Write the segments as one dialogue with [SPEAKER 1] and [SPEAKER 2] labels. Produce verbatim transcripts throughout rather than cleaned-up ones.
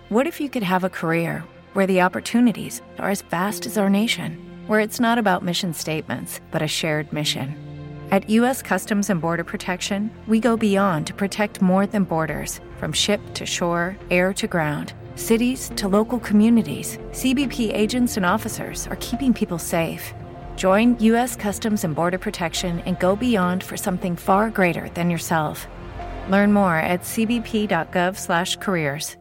[SPEAKER 1] What if you could have a career where the opportunities are as vast as our nation, where it's not about mission statements, but a shared mission? At U S Customs and Border Protection, we go beyond to protect more than borders. From ship to shore, air to ground, cities to local communities, C B P agents and officers are keeping people safe. Join U S Customs and Border Protection and go beyond for something far greater than yourself. Learn more at c b p dot gov slash careers.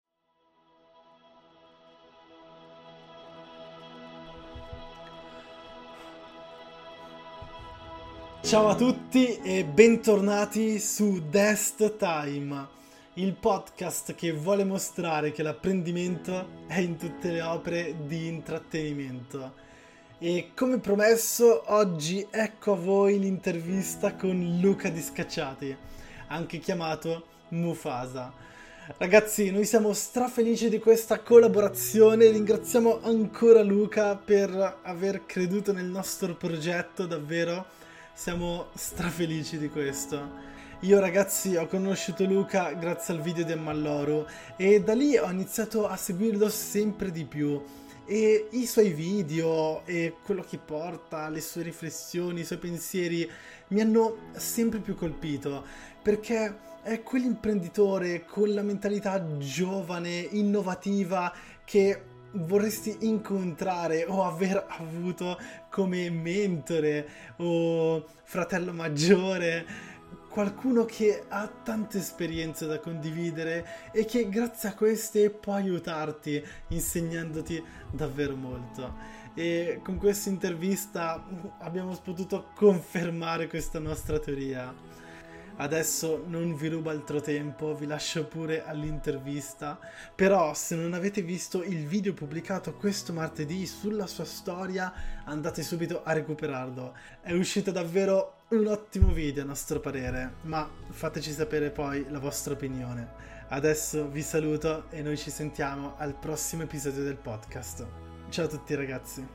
[SPEAKER 2] Ciao a tutti e bentornati su Dest Time, il podcast che vuole mostrare che l'apprendimento è in tutte le opere di intrattenimento. E come promesso, oggi ecco a voi l'intervista con Luca Di Scacciati, anche chiamato Mufasa. Ragazzi, noi siamo strafelici di questa collaborazione, ringraziamo ancora Luca per aver creduto nel nostro progetto, davvero. Siamo strafelici di questo. Io ragazzi ho conosciuto Luca grazie al video di Ammalloro e da lì ho iniziato a seguirlo sempre di più e i suoi video e quello che porta, le sue riflessioni, i suoi pensieri mi hanno sempre più colpito, perché è quell'imprenditore con la mentalità giovane, innovativa che vorresti incontrare o aver avuto come mentore o fratello maggiore, qualcuno che ha tante esperienze da condividere e che grazie a queste può aiutarti insegnandoti davvero molto. E con questa intervista abbiamo potuto confermare questa nostra teoria. Adesso non vi rubo altro tempo, vi lascio pure all'intervista, però se non avete visto il video pubblicato questo martedì sulla sua storia, andate subito a recuperarlo. È uscito davvero un ottimo video a nostro parere, ma fateci sapere poi la vostra opinione. Adesso vi saluto e noi ci sentiamo al prossimo episodio del podcast. Ciao a tutti ragazzi.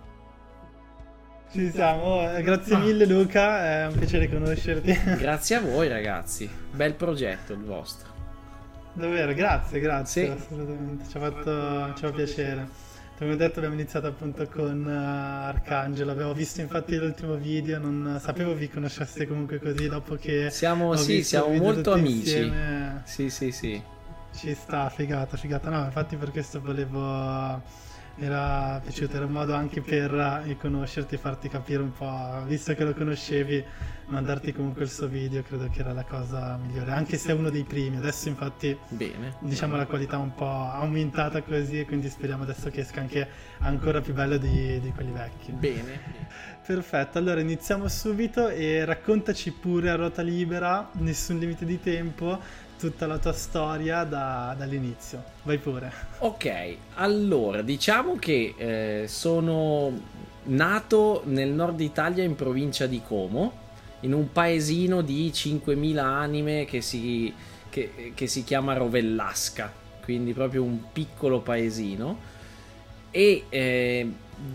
[SPEAKER 2] Ci siamo, grazie mille Luca, è un piacere conoscerti.
[SPEAKER 3] Grazie a voi ragazzi, bel progetto il vostro.
[SPEAKER 2] Davvero, grazie, grazie,
[SPEAKER 3] sì.
[SPEAKER 2] Assolutamente, ci ha fatto, ci fa piacere. Come ho detto abbiamo iniziato appunto con uh, Arcangelo, avevo visto infatti l'ultimo video, non sapevo vi conosceste comunque così dopo che...
[SPEAKER 3] Siamo, sì, siamo molto amici.
[SPEAKER 2] Insieme.
[SPEAKER 3] Sì, sì, sì.
[SPEAKER 2] Ci sta, figata, figata, no, infatti per questo volevo... Era piaciuto, era un modo anche per conoscerti e farti capire un po', visto che lo conoscevi, mandarti comunque il suo video, credo che era la cosa migliore, anche se è uno dei primi. Adesso infatti
[SPEAKER 3] bene,
[SPEAKER 2] diciamo la qualità un po' aumentata così e quindi speriamo adesso che esca anche ancora più bello di, di quelli vecchi.
[SPEAKER 3] Bene.
[SPEAKER 2] Perfetto, allora iniziamo subito e raccontaci pure a ruota libera, nessun limite di tempo, tutta la tua storia da, dall'inizio. Vai pure.
[SPEAKER 3] Ok, allora diciamo che eh, sono nato nel nord Italia in provincia di Como, in un paesino di cinquemila anime che si, che, che si chiama Rovellasca, quindi proprio un piccolo paesino e eh,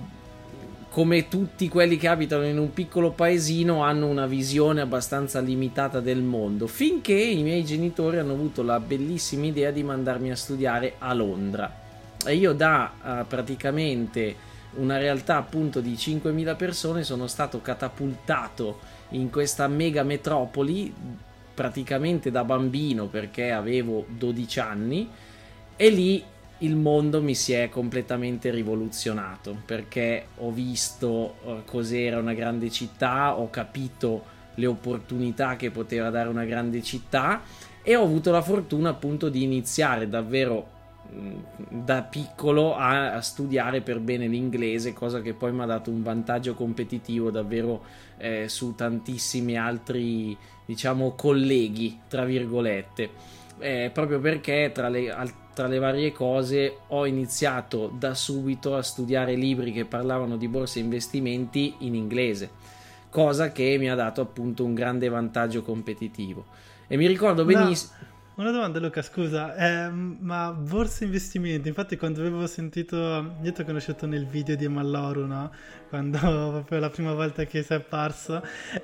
[SPEAKER 3] come tutti quelli che abitano in un piccolo paesino hanno una visione abbastanza limitata del mondo, finché i miei genitori hanno avuto la bellissima idea di mandarmi a studiare a Londra. E io da uh, praticamente una realtà appunto di cinquemila persone sono stato catapultato in questa mega metropoli praticamente da bambino, perché avevo dodici anni, e lì il mondo mi si è completamente rivoluzionato, perché ho visto uh, cos'era una grande città, ho capito le opportunità che poteva dare una grande città e ho avuto la fortuna appunto di iniziare davvero mh, da piccolo a, a studiare per bene l'inglese, cosa che poi mi ha dato un vantaggio competitivo davvero eh, su tantissimi altri, diciamo, colleghi, tra virgolette, eh, proprio perché tra le altre Tra le varie cose ho iniziato da subito a studiare libri che parlavano di borse e investimenti in inglese, cosa che mi ha dato appunto un grande vantaggio competitivo. E mi ricordo benissimo...
[SPEAKER 2] Una domanda, Luca, scusa, eh, ma borsa investimenti, infatti quando avevo sentito, io ti ho conosciuto nel video di Malloru, no? Quando proprio la prima volta che sei apparso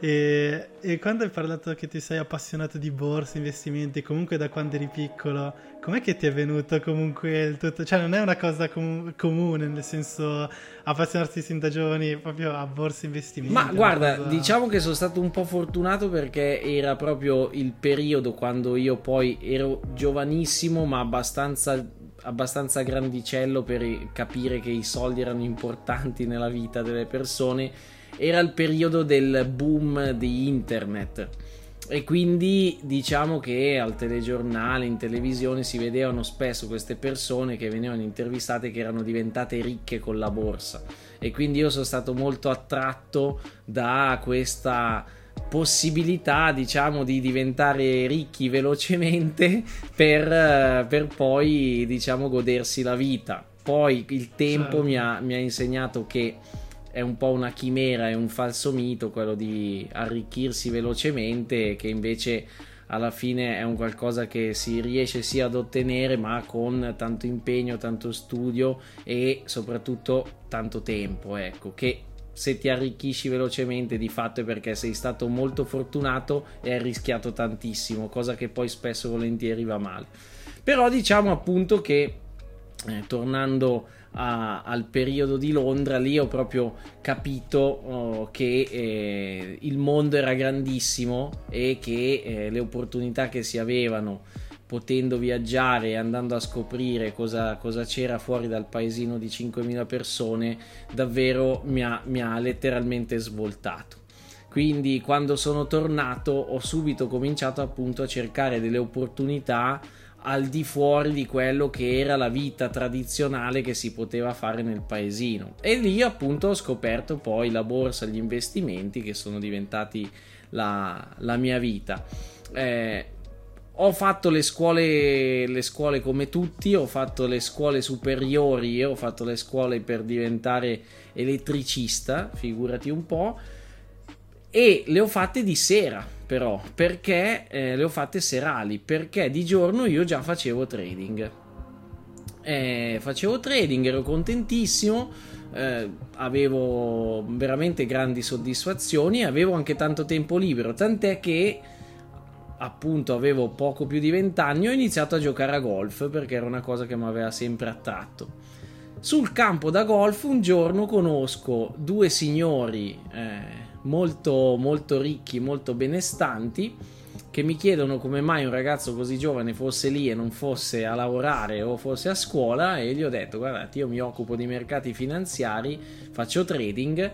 [SPEAKER 2] e, e quando hai parlato che ti sei appassionato di borsa, investimenti, comunque da quando eri piccolo, com'è che ti è venuto comunque il tutto? Cioè non è una cosa com- comune, nel senso appassionarsi sin da giovani proprio a borsa investimenti.
[SPEAKER 3] Ma guarda,
[SPEAKER 2] cosa...
[SPEAKER 3] diciamo che sono stato un po' fortunato perché era proprio il periodo quando io poi ero giovanissimo ma abbastanza, abbastanza grandicello per capire che i soldi erano importanti nella vita delle persone. Era il periodo del boom di internet e quindi diciamo che al telegiornale, in televisione si vedevano spesso queste persone che venivano intervistate che erano diventate ricche con la borsa, e quindi io sono stato molto attratto da questa possibilità, diciamo, di diventare ricchi velocemente per, per poi, diciamo, godersi la vita. Poi il tempo certo. mi, ha, mi ha insegnato che è un po' una chimera, è un falso mito quello di arricchirsi velocemente, che invece alla fine è un qualcosa che si riesce sì ad ottenere, ma con tanto impegno, tanto studio e soprattutto tanto tempo, ecco, che se ti arricchisci velocemente di fatto è perché sei stato molto fortunato e hai rischiato tantissimo, cosa che poi spesso volentieri va male. Però diciamo appunto che eh, tornando a, al periodo di Londra, lì ho proprio capito oh, che eh, il mondo era grandissimo e che eh, le opportunità che si avevano potendo viaggiare e andando a scoprire cosa, cosa c'era fuori dal paesino di cinquemila persone, davvero mi ha, mi ha letteralmente svoltato. Quindi quando sono tornato ho subito cominciato appunto a cercare delle opportunità al di fuori di quello che era la vita tradizionale che si poteva fare nel paesino, e lì appunto ho scoperto poi la borsa, gli investimenti che sono diventati la, la mia vita. eh, Ho fatto le scuole, le scuole come tutti, ho fatto le scuole superiori e ho fatto le scuole per diventare elettricista, figurati un po', e le ho fatte di sera però, perché eh, le ho fatte serali, perché di giorno io già facevo trading. Eh, facevo trading, ero contentissimo, eh, avevo veramente grandi soddisfazioni, avevo anche tanto tempo libero, tant'è che appunto avevo poco più di vent'anni, ho iniziato a giocare a golf perché era una cosa che mi aveva sempre attratto. Sul campo da golf un giorno conosco due signori eh, molto molto ricchi, molto benestanti, che mi chiedono come mai un ragazzo così giovane fosse lì e non fosse a lavorare o fosse a scuola, e gli ho detto: guardate, io mi occupo di mercati finanziari, faccio trading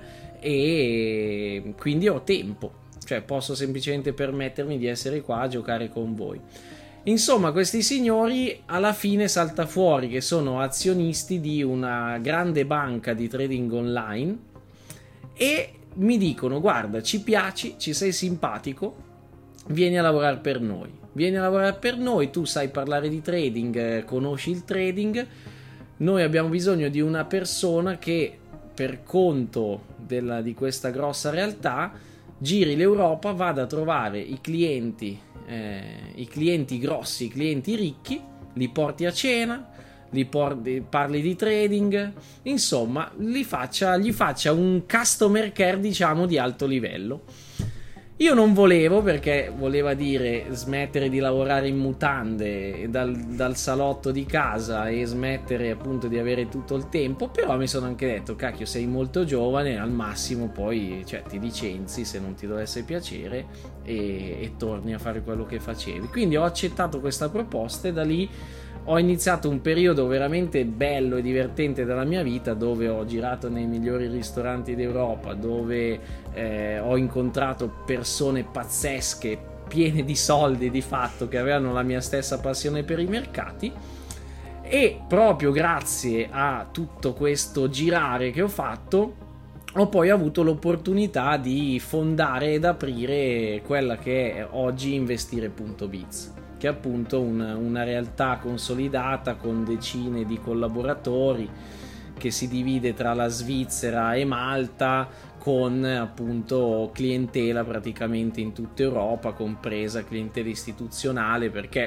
[SPEAKER 3] e quindi ho tempo, cioè posso semplicemente permettermi di essere qua a giocare con voi. Insomma, questi signori alla fine salta fuori che sono azionisti di una grande banca di trading online e mi dicono: guarda, ci piaci, ci sei simpatico, vieni a lavorare per noi, vieni a lavorare per noi, tu sai parlare di trading, conosci il trading, noi abbiamo bisogno di una persona che per conto della, di questa grossa realtà giri l'Europa, vada a trovare i clienti, eh, i clienti grossi, i clienti ricchi, li porti a cena, li porti, parli di trading, insomma li faccia, gli faccia un customer care, diciamo, di alto livello. Io non volevo, perché voleva dire smettere di lavorare in mutande dal, dal salotto di casa e smettere appunto di avere tutto il tempo, però mi sono anche detto: cacchio, sei molto giovane, al massimo poi cioè, ti licenzi se non ti dovesse piacere e, e torni a fare quello che facevi. Quindi ho accettato questa proposta e da lì ho iniziato un periodo veramente bello e divertente della mia vita, dove ho girato nei migliori ristoranti d'Europa, dove eh, ho incontrato persone pazzesche, piene di soldi di fatto, che avevano la mia stessa passione per i mercati, e proprio grazie a tutto questo girare che ho fatto ho poi avuto l'opportunità di fondare ed aprire quella che è oggi investire punto biz, che è appunto una, una realtà consolidata con decine di collaboratori, che si divide tra la Svizzera e Malta, con appunto clientela praticamente in tutta Europa, compresa clientela istituzionale, perché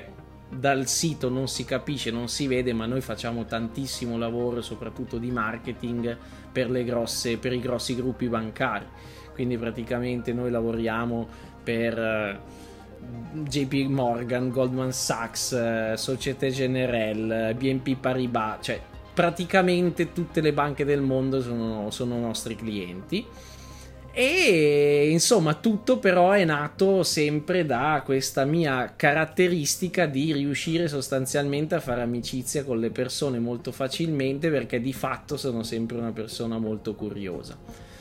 [SPEAKER 3] dal sito non si capisce, non si vede, ma noi facciamo tantissimo lavoro soprattutto di marketing per le grosse, per i grossi gruppi bancari. Quindi praticamente noi lavoriamo per J P Morgan, Goldman Sachs, Société Générale, B N P Paribas, cioè praticamente tutte le banche del mondo sono, sono nostri clienti. E insomma tutto però è nato sempre da questa mia caratteristica di riuscire sostanzialmente a fare amicizia con le persone molto facilmente, perché di fatto sono sempre una persona molto curiosa.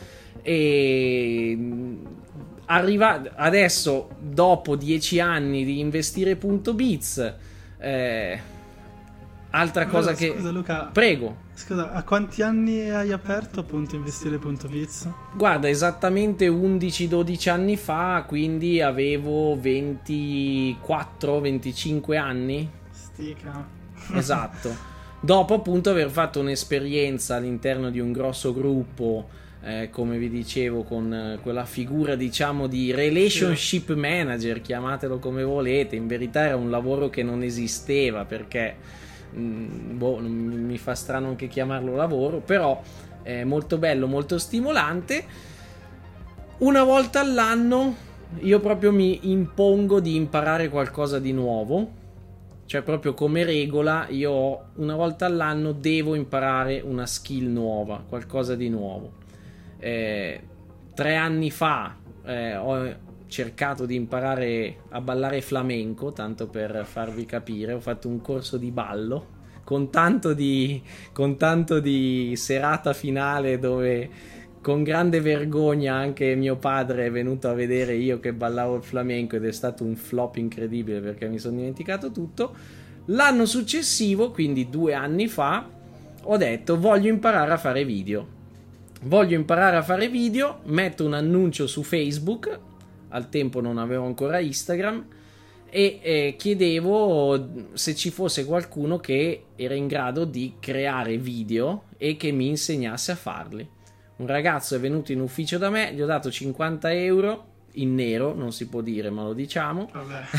[SPEAKER 3] E arriva adesso, dopo dieci anni di investire.biz, eh, altra
[SPEAKER 2] Scusa,
[SPEAKER 3] cosa che
[SPEAKER 2] scusa Luca,
[SPEAKER 3] prego.
[SPEAKER 2] Scusa, a quanti anni hai aperto appunto investire.biz?
[SPEAKER 3] Guarda, esattamente undici dodici anni fa, quindi avevo ventiquattro venticinque anni.
[SPEAKER 2] Stica.
[SPEAKER 3] Esatto. Dopo appunto aver fatto un'esperienza all'interno di un grosso gruppo, eh, come vi dicevo, con eh, quella figura diciamo di relationship manager, chiamatelo come volete. In verità era un lavoro che non esisteva, perché mh, boh, mi fa strano anche chiamarlo lavoro, però è molto bello, molto stimolante. Una volta all'anno io proprio mi impongo di imparare qualcosa di nuovo. Cioè proprio come regola io ho, una volta all'anno devo imparare una skill nuova, qualcosa di nuovo. Eh, tre anni fa eh, ho cercato di imparare a ballare flamenco, tanto per farvi capire. Ho fatto un corso di ballo con tanto di, con tanto di serata finale, dove con grande vergogna anche mio padre è venuto a vedere io che ballavo il flamenco, ed è stato un flop incredibile perché mi sono dimenticato tutto. L'anno successivo, quindi due anni fa, ho detto voglio imparare a fare video. Voglio imparare a fare video, metto un annuncio su Facebook, al tempo non avevo ancora Instagram, e eh, chiedevo se ci fosse qualcuno che era in grado di creare video e che mi insegnasse a farli. Un ragazzo è venuto in ufficio da me, gli ho dato cinquanta euro in nero, non si può dire ma lo diciamo.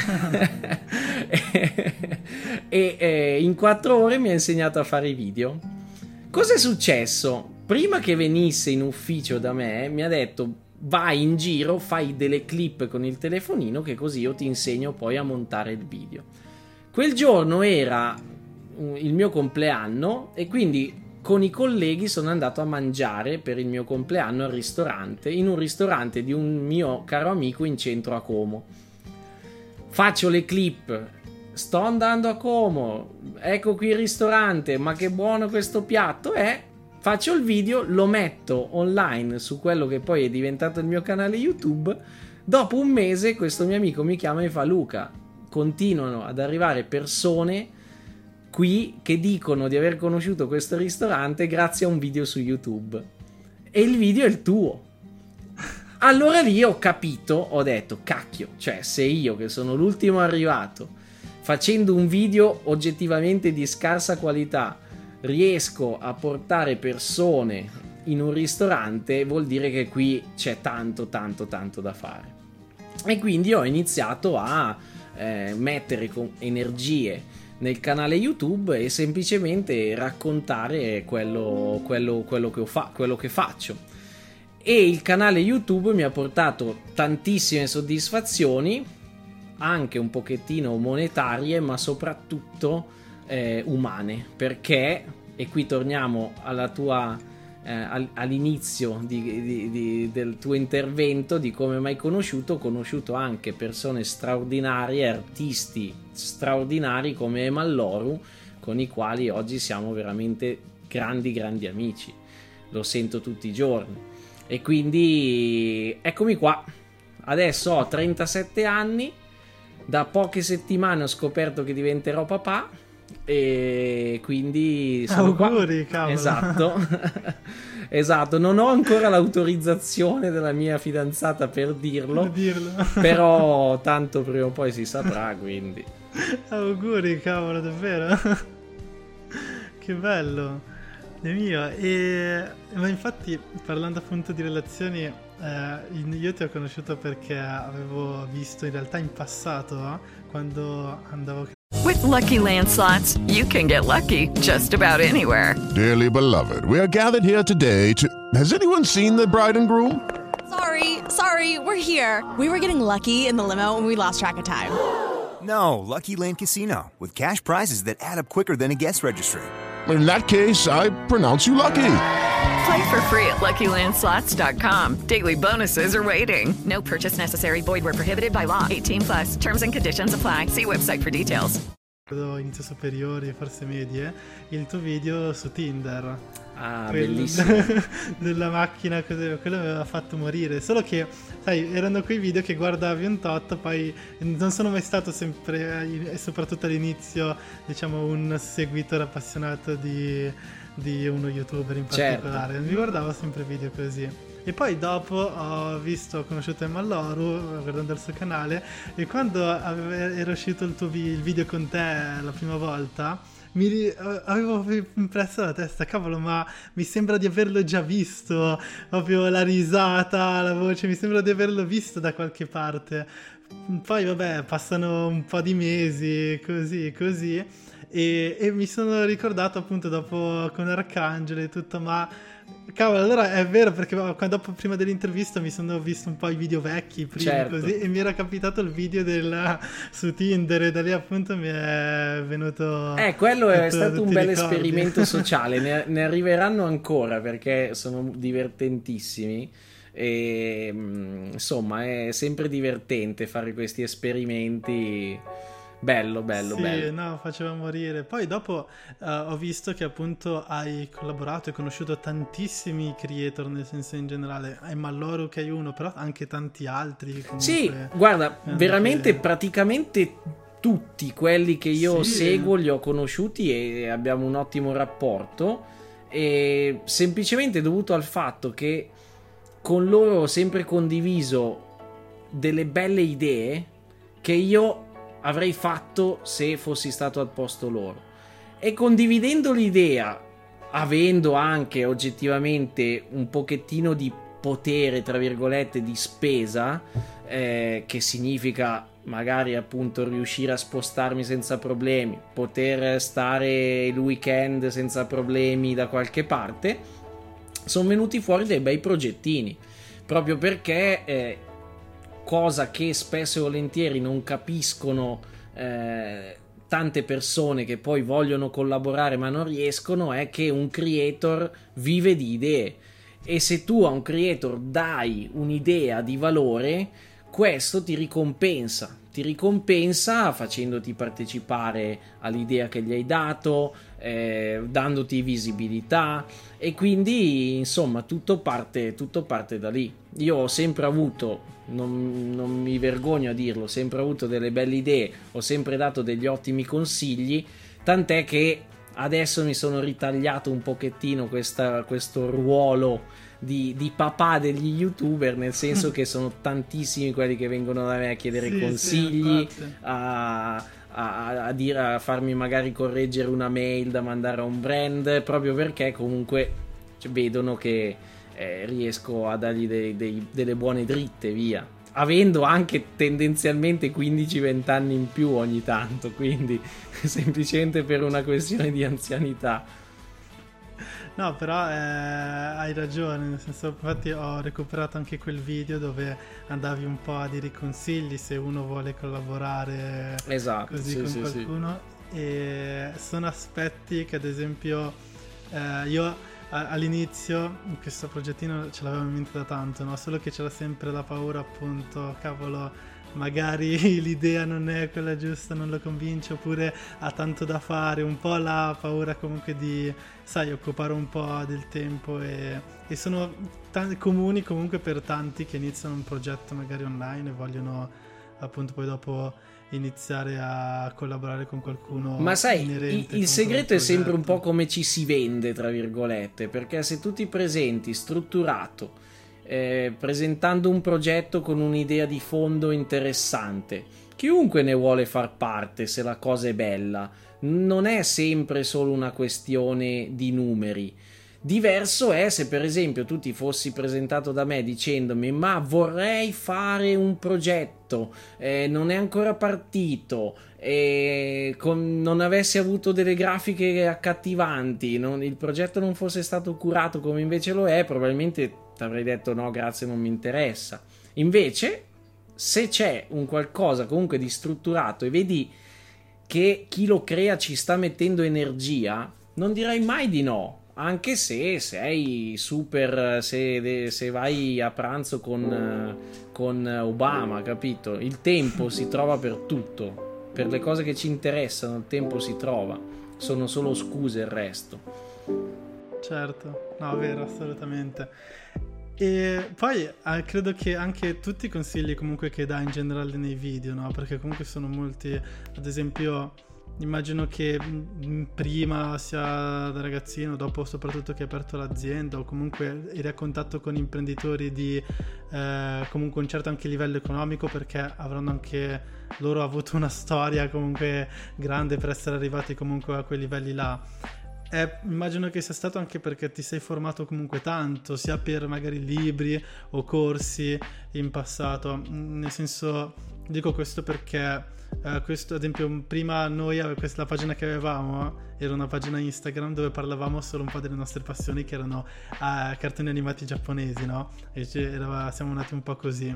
[SPEAKER 3] e, e eh, in quattro ore mi ha insegnato a fare i video. Cos'è successo? Prima che venisse in ufficio da me mi ha detto vai in giro, fai delle clip con il telefonino, che così io ti insegno poi a montare il video. Quel giorno era il mio compleanno e quindi con i colleghi sono andato a mangiare per il mio compleanno al ristorante, in un ristorante di un mio caro amico in centro a Como. Faccio le clip, sto andando a Como, ecco qui il ristorante, ma che buono questo piatto è. Faccio il video, lo metto online su quello che poi è diventato il mio canale YouTube. Dopo un mese questo mio amico mi chiama e fa: Luca, continuano ad arrivare persone qui che dicono di aver conosciuto questo ristorante grazie a un video su YouTube, e il video è il tuo. Allora lì ho capito, ho detto cacchio, cioè se io che sono l'ultimo arrivato, facendo un video oggettivamente di scarsa qualità, riesco a portare persone in un ristorante, vuol dire che qui c'è tanto tanto tanto da fare. E quindi ho iniziato a eh, mettere con energie nel canale YouTube e semplicemente raccontare quello, quello, quello, che, ho fa- quello che faccio. E il canale YouTube mi ha portato tantissime soddisfazioni, anche un pochettino monetarie, ma soprattutto eh, umane, perché, e qui torniamo alla tua eh, all'inizio di, di, di, del tuo intervento, di come mi hai conosciuto. Ho conosciuto anche persone straordinarie, artisti straordinari come Emalloru, con i quali oggi siamo veramente grandi grandi amici, lo sento tutti i giorni. E quindi eccomi qua, adesso ho trentasette anni, da poche settimane ho scoperto che diventerò papà, e quindi sono
[SPEAKER 2] auguri,
[SPEAKER 3] qua.
[SPEAKER 2] Cavolo.
[SPEAKER 3] Esatto. Esatto, non ho ancora l'autorizzazione della mia fidanzata per dirlo,
[SPEAKER 2] Per dirlo.
[SPEAKER 3] però tanto prima o poi si saprà, quindi
[SPEAKER 2] auguri, cavolo, davvero. Che bello, Dio mio. E ma infatti, parlando appunto di relazioni, eh, io ti ho conosciuto perché avevo visto in realtà in passato, eh, quando andavo.
[SPEAKER 4] With Lucky Land Slots, you can get lucky just about anywhere.
[SPEAKER 5] Dearly beloved, we are gathered here today to... Has anyone seen the bride and groom?
[SPEAKER 6] Sorry, sorry, we're here. We were getting lucky in the limo and we lost track of time.
[SPEAKER 7] No, Lucky Land Casino, with cash prizes that add up quicker than a guest registry.
[SPEAKER 5] In that case, I pronounce you lucky.
[SPEAKER 4] Play for free at lucky land slots dot com. Daily bonuses are waiting. No purchase necessary. Void where prohibited by law. eighteen plus. Terms and conditions apply. See website for details.
[SPEAKER 2] Inizio superiori, forse medie, il tuo video su Tinder.
[SPEAKER 3] Ah,
[SPEAKER 2] Quel-
[SPEAKER 3] bellissimo.
[SPEAKER 2] della macchina, così, quello mi aveva fatto morire. Solo che, sai, erano quei video che guardavi un tot, poi non sono mai stato sempre, e soprattutto all'inizio, diciamo, un seguitore appassionato di, di uno youtuber in
[SPEAKER 3] Certo.
[SPEAKER 2] particolare. Mi guardavo sempre video così. E poi dopo ho visto, ho conosciuto Emma Loru guardando il suo canale, e quando ave- era uscito il tuo vi- il video con te la prima volta, mi ri- avevo impresso la testa, cavolo, ma mi sembra di averlo già visto, proprio la risata, la voce, mi sembra di averlo visto da qualche parte. Poi vabbè, passano un po' di mesi, così, così, e, e mi sono ricordato appunto dopo con Arcangelo e tutto, ma cavolo, allora è vero, perché quando, dopo, prima dell'intervista mi sono visto un po' i video vecchi prima,
[SPEAKER 3] Certo.
[SPEAKER 2] così, e mi era capitato il video del, su Tinder, e da lì appunto mi è venuto
[SPEAKER 3] Eh, quello è
[SPEAKER 2] tutto-
[SPEAKER 3] stato un
[SPEAKER 2] tutti i
[SPEAKER 3] bel
[SPEAKER 2] ricordi.
[SPEAKER 3] esperimento sociale, ne, ne arriveranno ancora perché sono divertentissimi e mm, insomma è sempre divertente fare questi esperimenti. Bello, bello,
[SPEAKER 2] Sì,
[SPEAKER 3] bello.
[SPEAKER 2] no, faceva morire. Poi dopo eh, ho visto che appunto hai collaborato e conosciuto tantissimi creator, nel senso in generale. Hai Malloru che hai uno, però anche tanti altri. Comunque,
[SPEAKER 3] Sì, guarda,
[SPEAKER 2] eh,
[SPEAKER 3] veramente
[SPEAKER 2] che-
[SPEAKER 3] praticamente tutti quelli che io
[SPEAKER 2] Sì.
[SPEAKER 3] seguo li ho conosciuti e abbiamo un ottimo rapporto, e semplicemente dovuto al fatto che con loro ho sempre condiviso delle belle idee che io avrei fatto se fossi stato al posto loro, e condividendo l'idea, avendo anche oggettivamente un pochettino di potere, tra virgolette, di spesa, eh, che significa magari appunto riuscire a spostarmi senza problemi, poter stare il weekend senza problemi da qualche parte, sono venuti fuori dei bei progettini, proprio perché eh, cosa che spesso e volentieri non capiscono eh, tante persone che poi vogliono collaborare ma non riescono, è che un creator vive di idee, e se tu a un creator dai un'idea di valore, questo ti ricompensa ti ricompensa facendoti partecipare all'idea che gli hai dato, eh, dandoti visibilità, e quindi insomma tutto parte, tutto parte da lì. Io ho sempre avuto, non, non mi vergogno a dirlo, ho sempre avuto delle belle idee, ho sempre dato degli ottimi consigli, tant'è che adesso mi sono ritagliato un pochettino questa, questo ruolo di, di papà degli youtuber, nel senso che sono tantissimi quelli che vengono da me a chiedere
[SPEAKER 2] Sì,
[SPEAKER 3] consigli,
[SPEAKER 2] sì, infatti.
[SPEAKER 3] a, a, a, dire, a farmi magari correggere una mail da mandare a un brand, proprio perché comunque cioè, vedono che eh, riesco a dargli dei, dei, delle buone dritte, via, avendo anche tendenzialmente quindici venti anni in più ogni tanto, quindi semplicemente per una questione di anzianità.
[SPEAKER 2] No, però eh, hai ragione, nel senso, infatti ho recuperato anche quel video dove andavi un po' a dire i consigli se uno vuole collaborare,
[SPEAKER 3] Esatto,
[SPEAKER 2] così
[SPEAKER 3] sì,
[SPEAKER 2] con
[SPEAKER 3] sì,
[SPEAKER 2] qualcuno, e sono aspetti che ad esempio eh, io a- all'inizio questo progettino ce l'avevo in mente da tanto, no? Solo che c'era sempre la paura, appunto, cavolo, magari l'idea non è quella giusta, non lo convince, oppure ha tanto da fare, un po' la paura comunque di, sai, occupare un po' del tempo, e, e sono t- comuni comunque per tanti che iniziano un progetto magari online e vogliono appunto poi dopo iniziare a collaborare con qualcuno.
[SPEAKER 3] Ma sai,
[SPEAKER 2] inerente
[SPEAKER 3] il, il
[SPEAKER 2] con
[SPEAKER 3] segreto
[SPEAKER 2] quel
[SPEAKER 3] è sempre un po'
[SPEAKER 2] progetto.
[SPEAKER 3] come ci si vende, tra virgolette, perché se tu ti presenti strutturato, eh, presentando un progetto con un'idea di fondo interessante, chiunque ne vuole far parte se la cosa è bella. Non è sempre solo una questione di numeri. Diverso è se per esempio tu ti fossi presentato da me dicendomi ma vorrei fare un progetto, eh, non è ancora partito, eh, con, non avessi avuto delle grafiche accattivanti, non, il progetto non fosse stato curato come invece lo è, probabilmente ti avrei detto no grazie, non mi interessa. Invece se c'è un qualcosa comunque di strutturato e vedi che chi lo crea ci sta mettendo energia, non direi mai di no. Anche se sei super, se, se vai a pranzo con, con Obama, capito? Il tempo si trova per tutto, per le cose che ci interessano il tempo si trova, sono solo scuse il resto.
[SPEAKER 2] Certo, no, vero, assolutamente. E poi eh, credo che anche tutti i consigli comunque che dai in generale nei video, no? Perché comunque sono molti, ad esempio immagino che prima sia da ragazzino, dopo soprattutto che hai aperto l'azienda o comunque eri a contatto con imprenditori di eh, comunque un certo anche livello economico, perché avranno anche loro avuto una storia comunque grande per essere arrivati comunque a quei livelli là. Eh, immagino che sia stato anche perché ti sei formato comunque tanto, sia per magari libri o corsi in passato, nel senso, dico questo perché Uh, questo ad esempio prima noi questa la pagina che avevamo era una pagina Instagram dove parlavamo solo un po' delle nostre passioni, che erano uh, cartoni animati giapponesi, no? E era, siamo nati un po' così.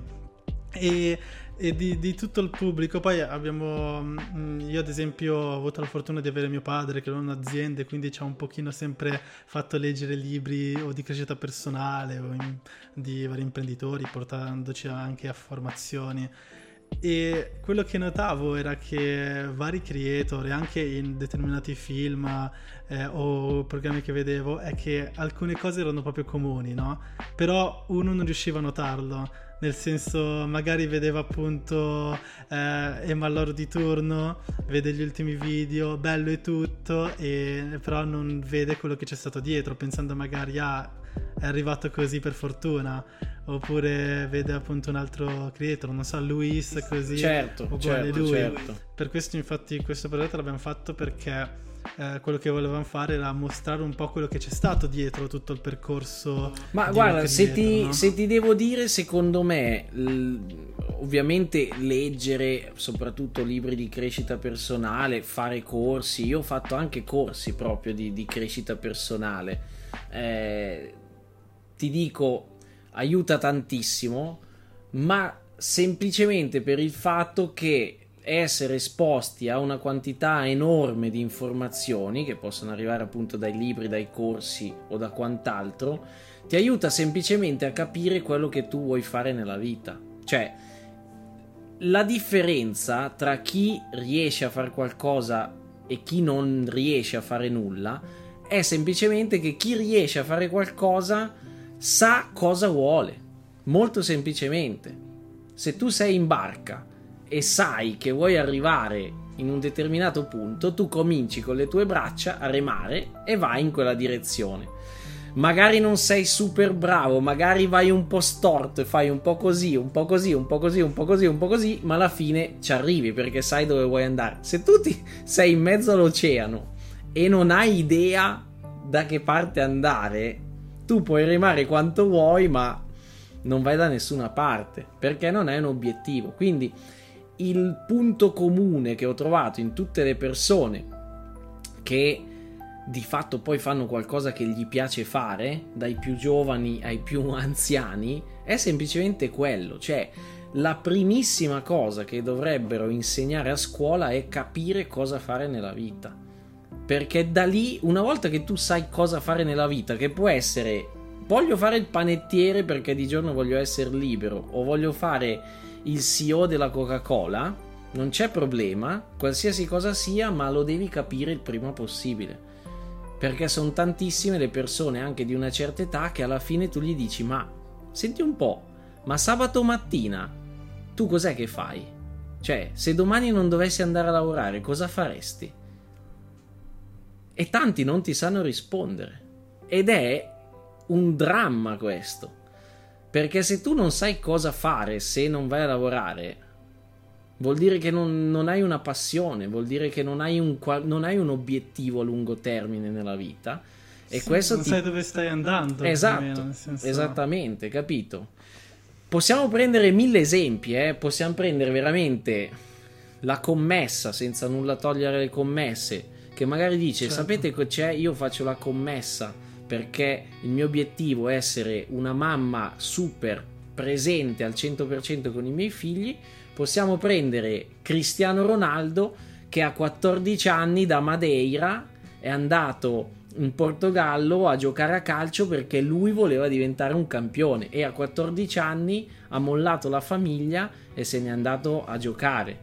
[SPEAKER 2] E, e di, di tutto il pubblico poi abbiamo, io ad esempio ho avuto la fortuna di avere mio padre che aveva un'azienda e quindi ci ha un pochino sempre fatto leggere libri o di crescita personale o in, di vari imprenditori, portandoci anche a formazioni. E quello che notavo era che vari creator, e anche in determinati film eh, o programmi che vedevo, è che alcune cose erano proprio comuni, no? Però uno non riusciva a notarlo, nel senso magari vedeva appunto eh, Emma Loro di turno, vede gli ultimi video, bello e tutto, e però non vede quello che c'è stato dietro, pensando magari ah, è arrivato così per fortuna, oppure vede appunto un altro creator, non so, Luis così,
[SPEAKER 3] certo,
[SPEAKER 2] uguale
[SPEAKER 3] certo,
[SPEAKER 2] lui.
[SPEAKER 3] certo.
[SPEAKER 2] Per questo infatti questo progetto l'abbiamo fatto perché eh, quello che volevamo fare era mostrare un po' quello che c'è stato dietro tutto il percorso.
[SPEAKER 3] Ma guarda, se ti,
[SPEAKER 2] no?
[SPEAKER 3] se ti devo dire, secondo me l- ovviamente leggere soprattutto libri di crescita personale, fare corsi, io ho fatto anche corsi proprio di, di crescita personale, eh, ti dico aiuta tantissimo, ma semplicemente per il fatto che essere esposti a una quantità enorme di informazioni che possono arrivare appunto dai libri, dai corsi o da quant'altro, ti aiuta semplicemente a capire quello che tu vuoi fare nella vita. Cioè, la differenza tra chi riesce a fare qualcosa e chi non riesce a fare nulla è semplicemente che chi riesce a fare qualcosa sa cosa vuole, molto semplicemente. Se tu sei in barca e sai che vuoi arrivare in un determinato punto, tu cominci con le tue braccia a remare e vai in quella direzione. Magari non sei super bravo, magari vai un po' storto e fai un po' così, un po' così, un po' così, un po' così, un po' così, ma alla fine ci arrivi perché sai dove vuoi andare. Se tu ti sei in mezzo all'oceano e non hai idea da che parte andare, tu puoi remare quanto vuoi, ma non vai da nessuna parte perché non è un obiettivo. Quindi il punto comune che ho trovato in tutte le persone che di fatto poi fanno qualcosa che gli piace fare, dai più giovani ai più anziani, è semplicemente quello. Cioè, la primissima cosa che dovrebbero insegnare a scuola è capire cosa fare nella vita, perché da lì, una volta che tu sai cosa fare nella vita, che può essere voglio fare il panettiere perché di giorno voglio essere libero, o voglio fare il C E O della Coca-Cola, non c'è problema, qualsiasi cosa sia, ma lo devi capire il prima possibile, perché sono tantissime le persone anche di una certa età che alla fine tu gli dici ma senti un po', ma sabato mattina tu cos'è che fai? Cioè, se domani non dovessi andare a lavorare cosa faresti? E tanti non ti sanno rispondere, ed è un dramma questo, perché se tu non sai cosa fare se non vai a lavorare, vuol dire che non, non hai una passione, vuol dire che non hai, un, non hai un obiettivo a lungo termine nella vita, E
[SPEAKER 2] sì,
[SPEAKER 3] questo
[SPEAKER 2] non
[SPEAKER 3] ti...
[SPEAKER 2] sai dove stai andando.
[SPEAKER 3] Esatto,
[SPEAKER 2] almeno, nel senso...
[SPEAKER 3] esattamente, capito? Possiamo prendere mille esempi, eh? Possiamo prendere veramente la commessa, senza nulla togliere le commesse, che magari dice,
[SPEAKER 2] certo.
[SPEAKER 3] sapete che c'è? Io faccio la commessa perché il mio obiettivo è essere una mamma super presente al cento per cento con i miei figli. Possiamo prendere Cristiano Ronaldo, che a quattordici anni da Madeira è andato in Portogallo a giocare a calcio perché lui voleva diventare un campione, e a quattordici anni ha mollato la famiglia e se n'è andato a giocare.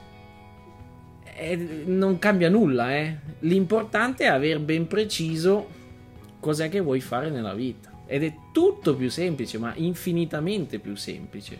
[SPEAKER 3] E non cambia nulla, eh? L'importante è aver ben preciso cos'è che vuoi fare nella vita, ed è tutto più semplice, ma infinitamente più semplice.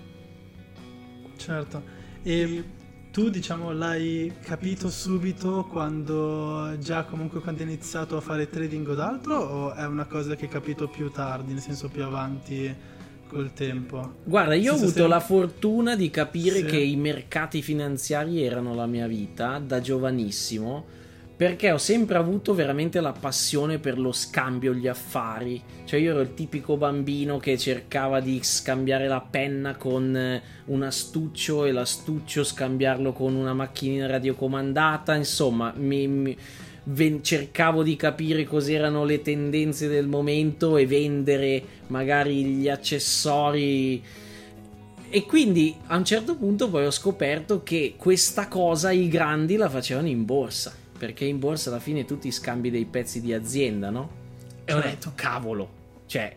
[SPEAKER 2] Certo. E tu, diciamo, l'hai capito subito quando già comunque quando hai iniziato a fare trading o d'altro, o è una cosa che hai capito più tardi, nel senso più avanti col tempo?
[SPEAKER 3] Guarda, io ho avuto
[SPEAKER 2] se...
[SPEAKER 3] la fortuna di capire
[SPEAKER 2] sì.
[SPEAKER 3] che i mercati finanziari erano la mia vita da giovanissimo, perché ho sempre avuto veramente la passione per lo scambio, gli affari. Cioè io ero il tipico bambino che cercava di scambiare la penna con un astuccio e l'astuccio scambiarlo con una macchinina radiocomandata. Insomma, mi, mi ven- cercavo di capire cos'erano le tendenze del momento e vendere magari gli accessori. E quindi a un certo punto poi ho scoperto che questa cosa i grandi la facevano in borsa, perché in borsa alla fine tu ti scambi dei pezzi di azienda, no? E ho detto, cavolo, cioè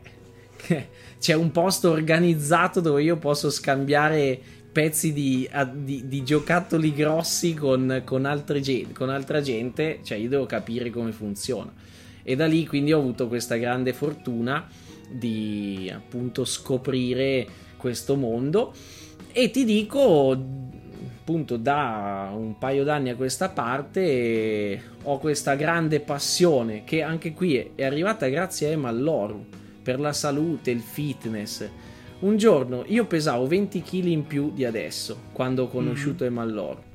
[SPEAKER 3] c'è un posto organizzato dove io posso scambiare pezzi di, di, di giocattoli grossi con, con, altre, con altra gente, cioè io devo capire come funziona. E da lì quindi ho avuto questa grande fortuna di appunto scoprire questo mondo, e ti dico, appunto, da un paio d'anni a questa parte ho questa grande passione che anche qui è arrivata grazie a Emalloro, per la salute, il fitness. Un giorno io pesavo venti chili in più di adesso quando ho conosciuto mm-hmm. Emalloro.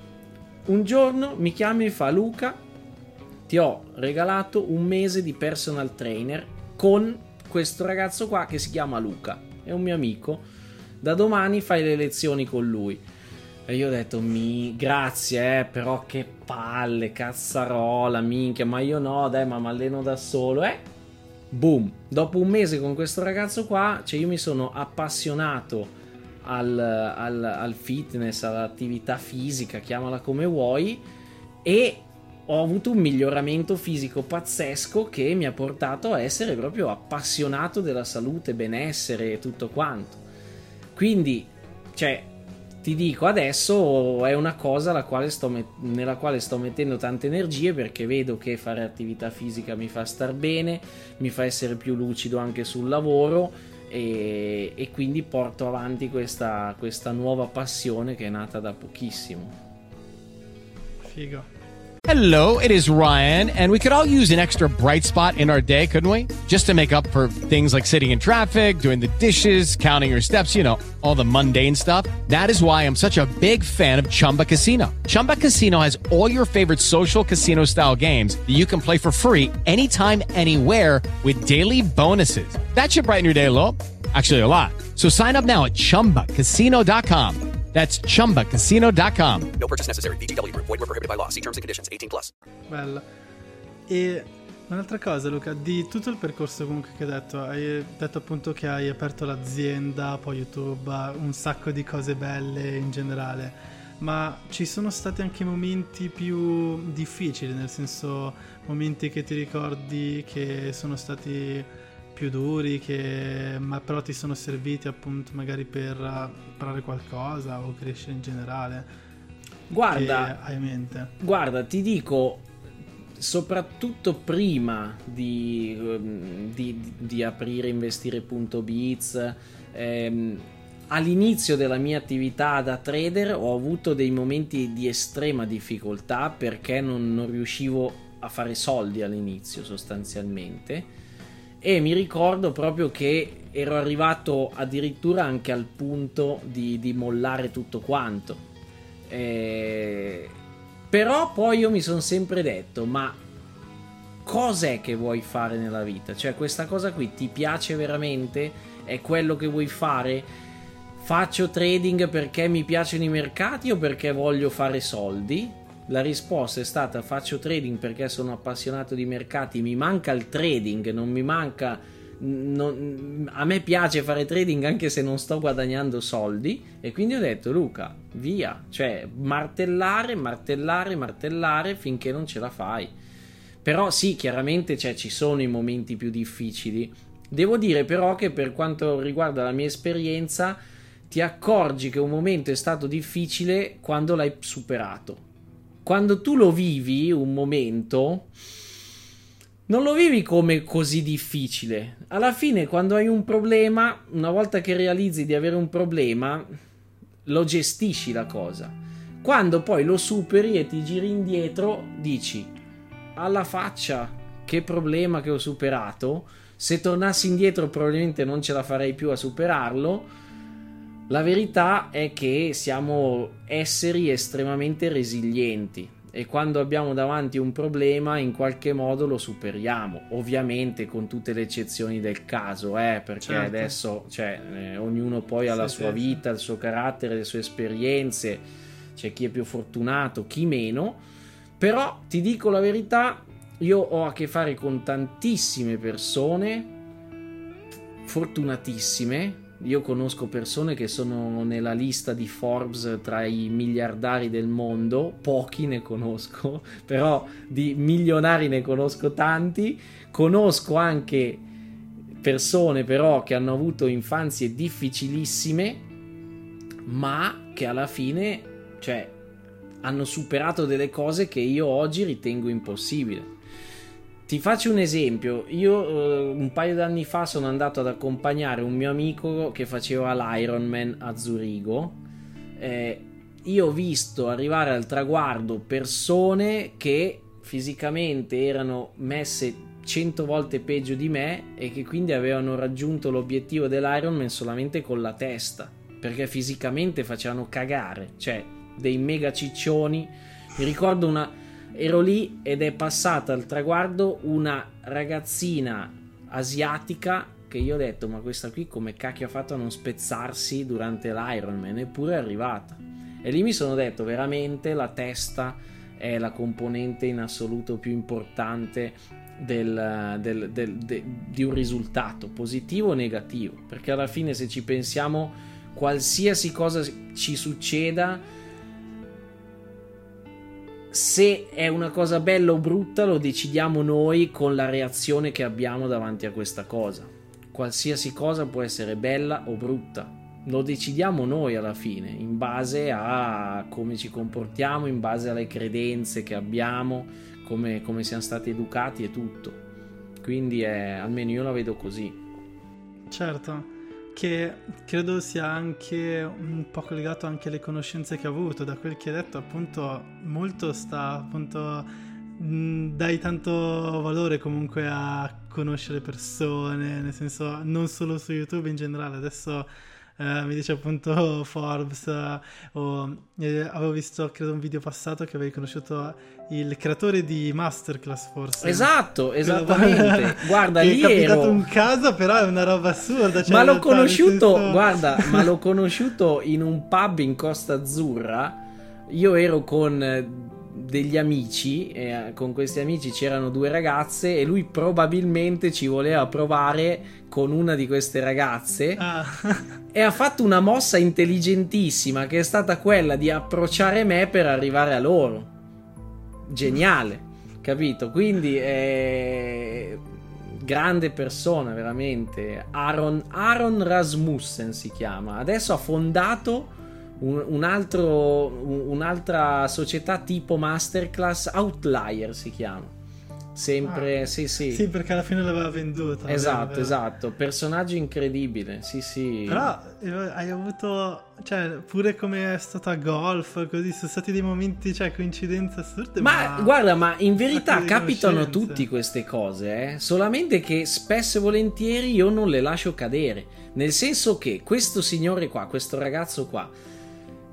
[SPEAKER 3] Un giorno mi chiama e fa: Luca, ti ho regalato un mese di personal trainer con questo ragazzo qua che si chiama Luca, è un mio amico, da domani fai le lezioni con lui. E io ho detto, mi grazie, eh, però che palle, cazzarola, minchia, ma io no, dai, ma mi alleno da solo, eh. Boom, dopo un mese con questo ragazzo qua, cioè io mi sono appassionato al, al, al fitness, all'attività fisica, chiamala come vuoi, e ho avuto un miglioramento fisico pazzesco che mi ha portato a essere proprio appassionato della salute, benessere e tutto quanto. Quindi, cioè, ti dico, adesso è una cosa alla quale sto met- nella quale sto mettendo tante energie, perché vedo che fare attività fisica mi fa star bene, mi fa essere più lucido anche sul lavoro, e, e quindi porto avanti questa, questa nuova passione che è nata da pochissimo.
[SPEAKER 2] Figo.
[SPEAKER 8] Hello, it is Ryan, and we could all use an extra bright spot in our day, couldn't we? Just to make up for things like sitting in traffic, doing the dishes, counting your steps, you know, all the mundane stuff. That is why I'm such a big fan of Chumba Casino. Chumba Casino has all your favorite social casino-style games that you can play for free anytime, anywhere with daily bonuses. That should brighten your day a little. Actually, a lot. So sign up now at chumba casino dot com. That's chumba casino dot com.
[SPEAKER 9] No purchase necessary. V G W Group. Void where prohibited by law. See terms and conditions. eighteen plus.
[SPEAKER 2] Bella. E un'altra cosa, Luca, di tutto il percorso comunque che hai detto, hai detto appunto che hai aperto l'azienda, poi YouTube, un sacco di cose belle in generale, ma ci sono stati anche momenti più difficili, nel senso momenti che ti ricordi che sono stati più duri, che ma però ti sono serviti appunto magari per imparare qualcosa o crescere in generale?
[SPEAKER 3] Guarda,
[SPEAKER 2] hai in mente?
[SPEAKER 3] Guarda, ti dico, soprattutto prima di, di, di aprire investire.biz, ehm, all'inizio della mia attività da trader ho avuto dei momenti di estrema difficoltà, perché non, non riuscivo a fare soldi all'inizio sostanzialmente. E mi ricordo proprio che ero arrivato addirittura anche al punto di, di mollare tutto quanto. Eh, però poi io mi sono sempre detto, ma cos'è che vuoi fare nella vita? Cioè, questa cosa qui ti piace veramente? È quello che vuoi fare? Faccio trading perché mi piacciono i mercati o perché voglio fare soldi? La risposta è stata: faccio trading perché sono appassionato di mercati, mi manca il trading, non mi manca, non, a me piace fare trading anche se non sto guadagnando soldi, e quindi ho detto: Luca, via, cioè martellare, martellare, martellare finché non ce la fai. Però sì, chiaramente, cioè, ci sono i momenti più difficili. Devo dire però che per quanto riguarda la mia esperienza, ti accorgi che un momento è stato difficile quando l'hai superato. Quando tu lo vivi un momento, non lo vivi come così difficile. Alla fine, quando hai un problema, una volta che realizzi di avere un problema, lo gestisci la cosa. Quando poi lo superi e ti giri indietro, dici: alla faccia, che problema che ho superato. Se tornassi indietro probabilmente non ce la farei più a superarlo. La verità è che siamo esseri estremamente resilienti e quando abbiamo davanti un problema in qualche modo lo superiamo, ovviamente con tutte le eccezioni del caso, eh, perché certo. adesso cioè, eh, ognuno poi ha sì, la sua sì, vita, sì. il suo carattere, le sue esperienze, c'è chi è più fortunato, chi meno, però ti dico la verità, io ho a che fare con tantissime persone fortunatissime. Io conosco persone che sono nella lista di Forbes tra i miliardari del mondo, pochi ne conosco, però di milionari ne conosco tanti. Conosco anche persone però che hanno avuto infanzie difficilissime, ma che alla fine, cioè, hanno superato delle cose che io oggi ritengo impossibili. Ti faccio un esempio, io uh, un paio d'anni fa sono andato ad accompagnare un mio amico che faceva l'Ironman a Zurigo. Eh, io ho visto arrivare al traguardo persone che fisicamente erano messe cento volte peggio di me e che quindi avevano raggiunto l'obiettivo dell'Ironman solamente con la testa, perché fisicamente facevano cagare, cioè dei mega ciccioni. Mi ricordo una... ero lì ed è passata al traguardo una ragazzina asiatica che io ho detto: ma questa qui come cacchio ha fatto a non spezzarsi durante l'Ironman? Eppure è arrivata. E lì mi sono detto: veramente la testa è la componente in assoluto più importante del, del, del, de, di un risultato, positivo o negativo, perché alla fine, se ci pensiamo, qualsiasi cosa ci succeda, se è una cosa bella o brutta lo decidiamo noi con la reazione che abbiamo davanti a questa cosa. Qualsiasi cosa può essere bella o brutta, lo decidiamo noi alla fine, in base a come ci comportiamo, in base alle credenze che abbiamo, come, come siamo stati educati e tutto. Quindi è, almeno io la vedo così.
[SPEAKER 2] Certo, che credo sia anche un po' collegato anche alle conoscenze che ho avuto. Da quel che hai detto, appunto, molto sta, appunto, mh, dai tanto valore comunque a conoscere persone, nel senso, non solo su YouTube, in generale. Adesso eh, mi dice appunto Forbes, eh, o, eh, avevo visto credo un video passato che avevi conosciuto il creatore di Masterclass, forse.
[SPEAKER 3] Esatto, esattamente. Guarda,
[SPEAKER 2] che
[SPEAKER 3] lì
[SPEAKER 2] è capitato
[SPEAKER 3] ero...
[SPEAKER 2] un caso, però è una roba assurda. Cioè,
[SPEAKER 3] ma l'ho
[SPEAKER 2] realtà,
[SPEAKER 3] conosciuto,
[SPEAKER 2] senso...
[SPEAKER 3] guarda, ma l'ho conosciuto in un pub in Costa Azzurra. Io ero con degli amici, e con questi amici c'erano due ragazze e lui probabilmente ci voleva provare con una di queste ragazze. Ah. E ha fatto una mossa intelligentissima, che è stata quella di approcciare me per arrivare a loro. Geniale, capito? Quindi è grande persona, veramente. Aron, Aron Rasmussen si chiama. Adesso ha fondato un, un altro, un'altra società tipo Masterclass, Outlier si chiama. Sempre, ah, sì, sì.
[SPEAKER 2] Sì, perché alla fine l'aveva venduta.
[SPEAKER 3] Esatto,
[SPEAKER 2] vero,
[SPEAKER 3] esatto. Personaggio incredibile, sì, sì.
[SPEAKER 2] Però hai avuto, cioè, pure come è stato a golf, così, sono stati dei momenti, cioè, coincidenze assurde.
[SPEAKER 3] Ma, ma guarda, ma in verità capitano tutti queste cose, eh? Solamente che spesso e volentieri io non le lascio cadere. Nel senso che questo signore qua, questo ragazzo qua,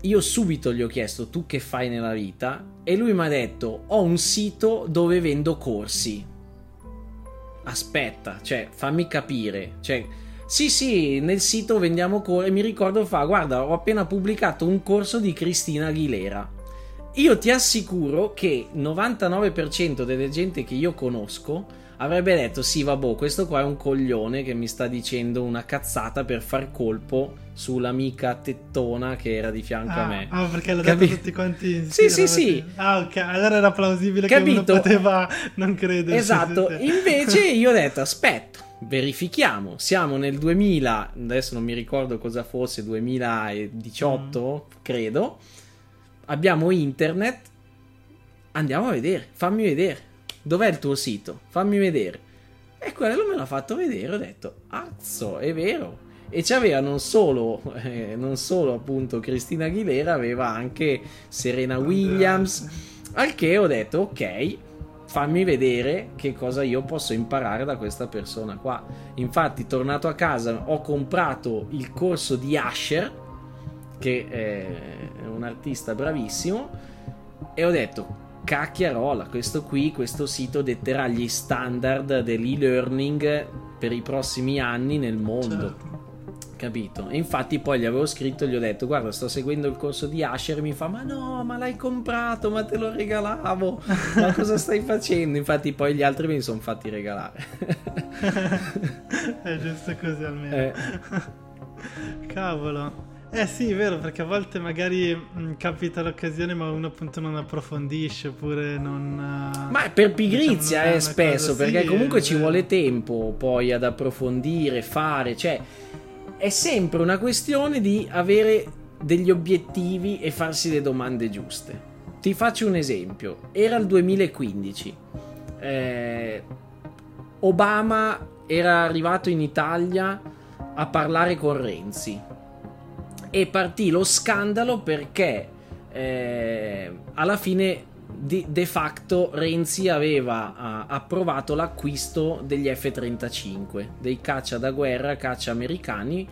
[SPEAKER 3] io subito gli ho chiesto tu che fai nella vita e lui mi ha detto ho un sito dove vendo corsi. Aspetta, cioè fammi capire, cioè sì sì nel sito vendiamo corsi e mi ricordo fa guarda ho appena pubblicato un corso di Cristina Aguilera. Io ti assicuro che novantanove per cento delle gente che io conosco avrebbe detto sì vabbè questo qua è un coglione che mi sta dicendo una cazzata per far colpo sull'amica tettona che era di fianco
[SPEAKER 2] ah,
[SPEAKER 3] a me.
[SPEAKER 2] Ah, perché l'ha detto tutti quanti.
[SPEAKER 3] Sì, sì, sì.
[SPEAKER 2] Ah, ok, allora era plausibile.
[SPEAKER 3] Capito?
[SPEAKER 2] Che uno poteva non credere.
[SPEAKER 3] Esatto,
[SPEAKER 2] sì, sì.
[SPEAKER 3] Invece io ho detto aspetta, verifichiamo, siamo nel duemila, adesso non mi ricordo cosa fosse, duemiladiciotto, mm. credo, abbiamo internet, andiamo a vedere, fammi vedere. Dov'è il tuo sito? Fammi vedere. E quello me l'ha fatto vedere. Ho detto, azzo, è vero. E c'aveva non solo, eh, non solo appunto Cristina Aguilera, aveva anche Serena Williams. Al che ho detto, ok, fammi vedere che cosa io posso imparare da questa persona qua. Infatti, tornato a casa, ho comprato il corso di Usher, che è un artista bravissimo, e ho detto cacchiarola, questo qui, questo sito detterà gli standard dell'e-learning per i prossimi anni nel mondo.
[SPEAKER 2] Certo.
[SPEAKER 3] Capito? E infatti poi gli avevo scritto, gli ho detto guarda sto seguendo il corso di Usher, mi fa ma no ma l'hai comprato, ma te lo regalavo, ma cosa stai facendo? Infatti poi gli altri me li sono fatti regalare.
[SPEAKER 2] È giusto così almeno.
[SPEAKER 3] eh.
[SPEAKER 2] Cavolo. Eh sì, è vero, perché a volte magari mh, capita l'occasione ma uno appunto non approfondisce oppure non... Uh,
[SPEAKER 3] ma per pigrizia
[SPEAKER 2] diciamo,
[SPEAKER 3] eh, spesso,
[SPEAKER 2] cosa,
[SPEAKER 3] perché
[SPEAKER 2] sì,
[SPEAKER 3] comunque ci vuole tempo poi ad approfondire, fare, cioè è sempre una questione di avere degli obiettivi e farsi le domande giuste. Ti faccio un esempio, era il duemilaquindici, eh, Obama era arrivato in Italia a parlare con Renzi e partì lo scandalo perché eh, alla fine di, de facto Renzi aveva uh, approvato l'acquisto degli F trentacinque, dei caccia da guerra, caccia americani.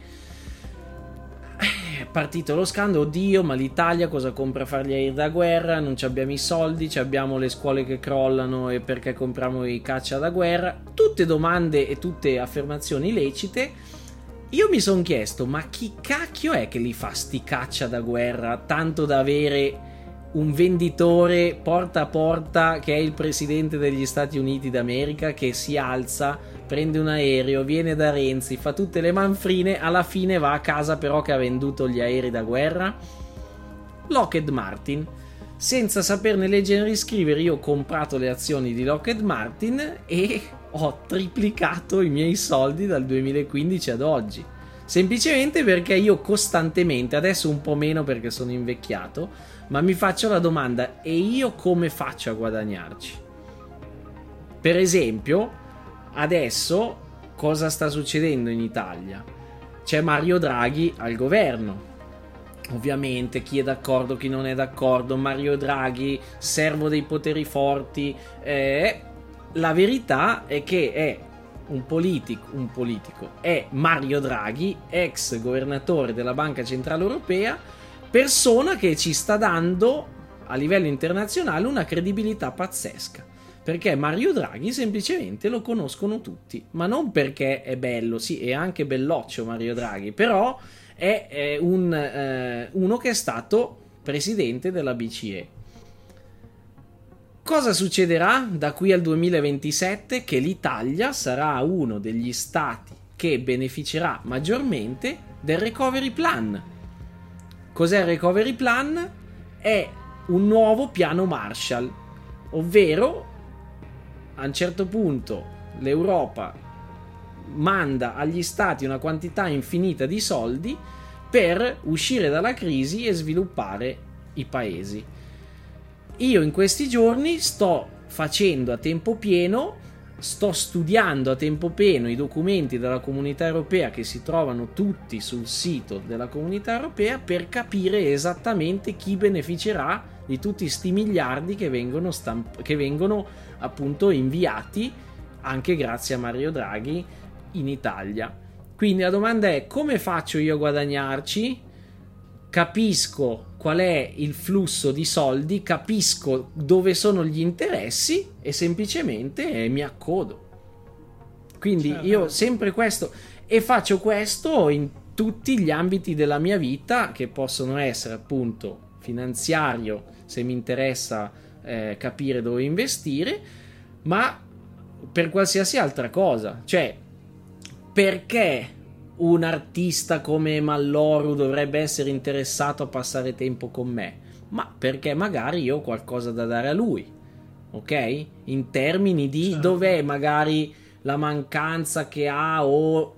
[SPEAKER 3] È partito lo scandalo, oddio ma l'Italia cosa compra a fare gli aerei da guerra, non ci abbiamo i soldi, ci abbiamo le scuole che crollano e perché compriamo i caccia da guerra, tutte domande e tutte affermazioni lecite. Io mi sono chiesto, ma chi cacchio è che li fa sti caccia da guerra tanto da avere un venditore porta a porta che è il presidente degli Stati Uniti d'America che si alza, prende un aereo, viene da Renzi, fa tutte le manfrine, alla fine va a casa però che ha venduto gli aerei da guerra? Lockheed Martin. Senza saperne leggere e riscrivere io ho comprato le azioni di Lockheed Martin e ho triplicato i miei soldi dal duemilaquindici ad oggi, semplicemente perché io costantemente, adesso un po' meno perché sono invecchiato, ma mi faccio la domanda, e io come faccio a guadagnarci? Per esempio adesso cosa sta succedendo in Italia? C'è Mario Draghi al governo. Ovviamente chi è d'accordo, chi non è d'accordo, Mario Draghi, servo dei poteri forti, eh, la verità è che è un politico, un politico, è Mario Draghi, ex governatore della Banca Centrale Europea, persona che ci sta dando a livello internazionale una credibilità pazzesca, perché Mario Draghi semplicemente lo conoscono tutti, ma non perché è bello, sì, è anche belloccio Mario Draghi, però è, è un, eh, uno che è stato presidente della B C E. Cosa succederà da qui al duemilaventisette? Che l'Italia sarà uno degli stati che beneficerà maggiormente del Recovery Plan. Cos'è il Recovery Plan? È un nuovo piano Marshall, ovvero a un certo punto l'Europa manda agli stati una quantità infinita di soldi per uscire dalla crisi e sviluppare i paesi. Io in questi giorni sto facendo a tempo pieno, sto studiando a tempo pieno i documenti della Comunità Europea che si trovano tutti sul sito della Comunità Europea per capire esattamente chi beneficerà di tutti sti miliardi che vengono, stamp- che vengono appunto inviati anche grazie a Mario Draghi in Italia. Quindi la domanda è: come faccio io a guadagnarci? capisco qual è il flusso di soldi, capisco dove sono gli interessi e semplicemente mi accodo. Quindi certo. Io sempre questo, e faccio questo in tutti gli ambiti della mia vita, che possono essere appunto finanziario, se mi interessa eh, capire dove investire, ma per qualsiasi altra cosa. Cioè, perché un artista come Malloru dovrebbe essere interessato a passare tempo con me? Ma perché magari io ho qualcosa da dare a lui, ok? In termini di certo. Dov'è magari la mancanza che ha o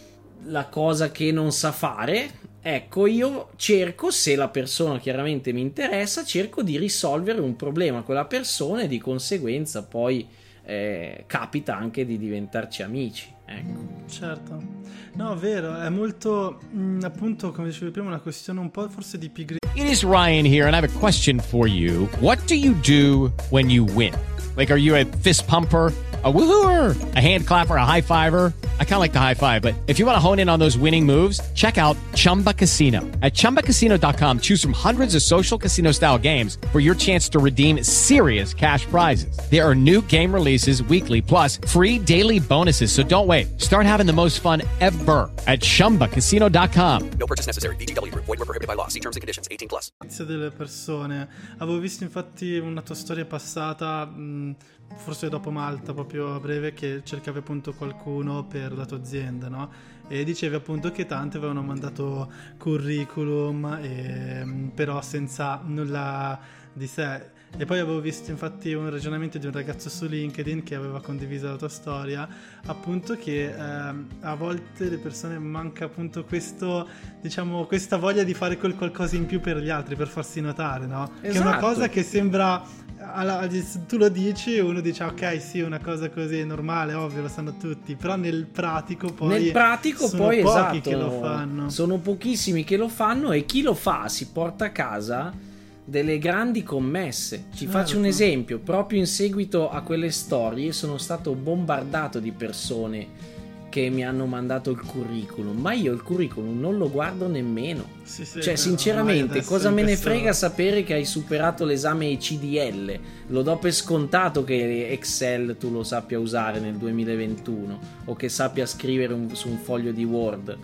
[SPEAKER 3] la cosa che non sa fare. Ecco, io cerco, se la persona chiaramente mi interessa, cerco di risolvere un problema con la persona e di conseguenza poi eh, capita anche di diventarci amici. Ecco.
[SPEAKER 2] Certo, no, vero, è molto mh, appunto, come dicevi prima, una questione un po' forse di pigrizia.
[SPEAKER 8] It is Ryan here, and I have a question for you. What do you do when you win? Like, are you a fist pumper, a woohooer, a hand clapper, a high fiver? I kind of like the high five, but if you want to hone in on those winning moves, check out Chumba Casino. At chumba casino dot com, choose from hundreds of social casino style games for your chance to redeem serious cash prizes. There are new game releases weekly, plus free daily bonuses. So don't wait. Start having the most fun ever at chumba casino dot com.
[SPEAKER 9] No purchase necessary. V G W Group. Void where prohibited by law. See terms and conditions. eighteen plus.
[SPEAKER 2] Delle persone. Avevo visto infatti una tua storia passata, mh, forse dopo Malta, proprio a breve, che cercavi appunto qualcuno per la tua azienda, no? E dicevi appunto che tanti avevano mandato curriculum, e, però senza nulla di sé. E poi avevo visto infatti un ragionamento di un ragazzo su LinkedIn che aveva condiviso la tua storia, appunto che eh, a volte le persone manca appunto questo, diciamo, questa voglia di fare quel qualcosa in più per gli altri, per farsi notare, no? Esatto. Che è una cosa che sembra, alla, tu lo dici e uno dice ok, sì, una cosa così è normale, ovvio, lo sanno tutti, però nel pratico poi
[SPEAKER 3] nel pratico
[SPEAKER 2] sono
[SPEAKER 3] poi
[SPEAKER 2] pochi
[SPEAKER 3] esatto,
[SPEAKER 2] che lo fanno,
[SPEAKER 3] sono pochissimi che lo fanno, e chi lo fa si porta a casa delle grandi commesse. Ti certo. Faccio un esempio: proprio in seguito a quelle storie sono stato bombardato di persone che mi hanno mandato il curriculum, ma io il curriculum non lo guardo nemmeno. Sì, sì, cioè sinceramente cosa me ne frega sapere che hai superato l'esame E C D L, lo do per scontato che Excel tu lo sappia usare nel duemilaventuno o che sappia scrivere un, su un foglio di Word,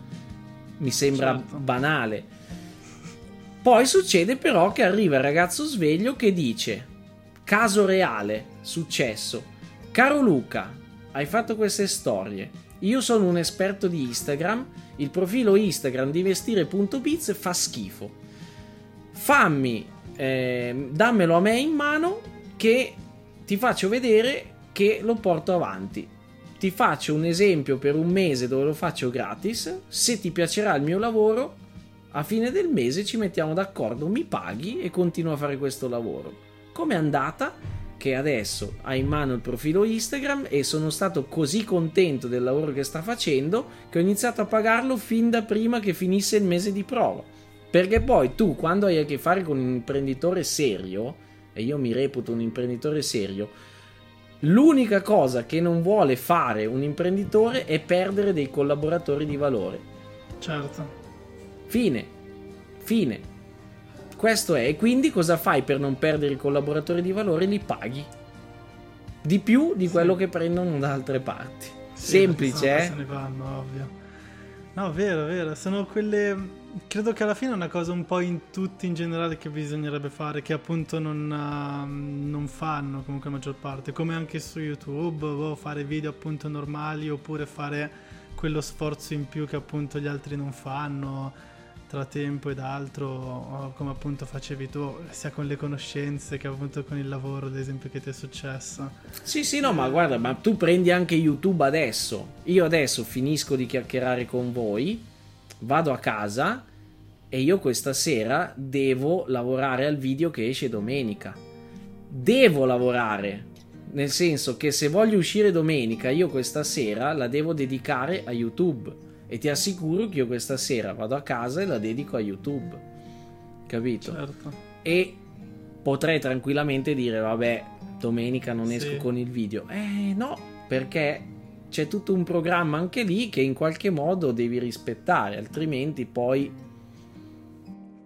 [SPEAKER 3] mi sembra certo. banale. Poi succede però che arriva il ragazzo sveglio che dice, caso reale, successo: caro Luca, hai fatto queste storie, io sono un esperto di Instagram, il profilo Instagram di vestire punto biz fa schifo, fammi eh, dammelo a me in mano che ti faccio vedere che lo porto avanti, ti faccio un esempio per un mese dove lo faccio gratis, se ti piacerà il mio lavoro a fine del mese ci mettiamo d'accordo, mi paghi e continuo a fare questo lavoro. Com'è andata? Che adesso ha in mano il profilo Instagram e sono stato così contento del lavoro che sta facendo che ho iniziato a pagarlo fin da prima che finisse il mese di prova. Perché poi tu, quando hai a che fare con un imprenditore serio, e io mi reputo un imprenditore serio, l'unica cosa che non vuole fare un imprenditore è perdere dei collaboratori di valore.
[SPEAKER 2] Certo.
[SPEAKER 3] Fine, fine. Questo è. E quindi cosa fai per non perdere i collaboratori di valore? Li paghi di più di quello sì. che prendono da altre parti. Sì, semplice, eh?
[SPEAKER 2] Se ne vanno, ovvio. No, vero, vero. Sono quelle. Credo che alla fine è una cosa un po' in tutti in generale che bisognerebbe fare, che appunto non, uh, non fanno comunque la maggior parte. Come anche su YouTube, o fare video appunto normali, oppure fare quello sforzo in più che appunto gli altri non fanno, tra tempo ed altro, come appunto facevi tu, sia con le conoscenze che appunto con il lavoro, ad esempio, che ti è successo.
[SPEAKER 3] Sì, sì, no, ma guarda, ma tu prendi anche YouTube adesso. Io adesso finisco di chiacchierare con voi, vado a casa e io questa sera devo lavorare al video che esce domenica. Devo lavorare, nel senso che se voglio uscire domenica, io questa sera la devo dedicare a YouTube. E ti assicuro che io questa sera vado a casa e la dedico a YouTube, capito?
[SPEAKER 2] Certo.
[SPEAKER 3] E potrei tranquillamente dire vabbè, domenica non esco
[SPEAKER 2] sì.
[SPEAKER 3] con il video. Eh no, perché c'è tutto un programma anche lì che in qualche modo devi rispettare, altrimenti poi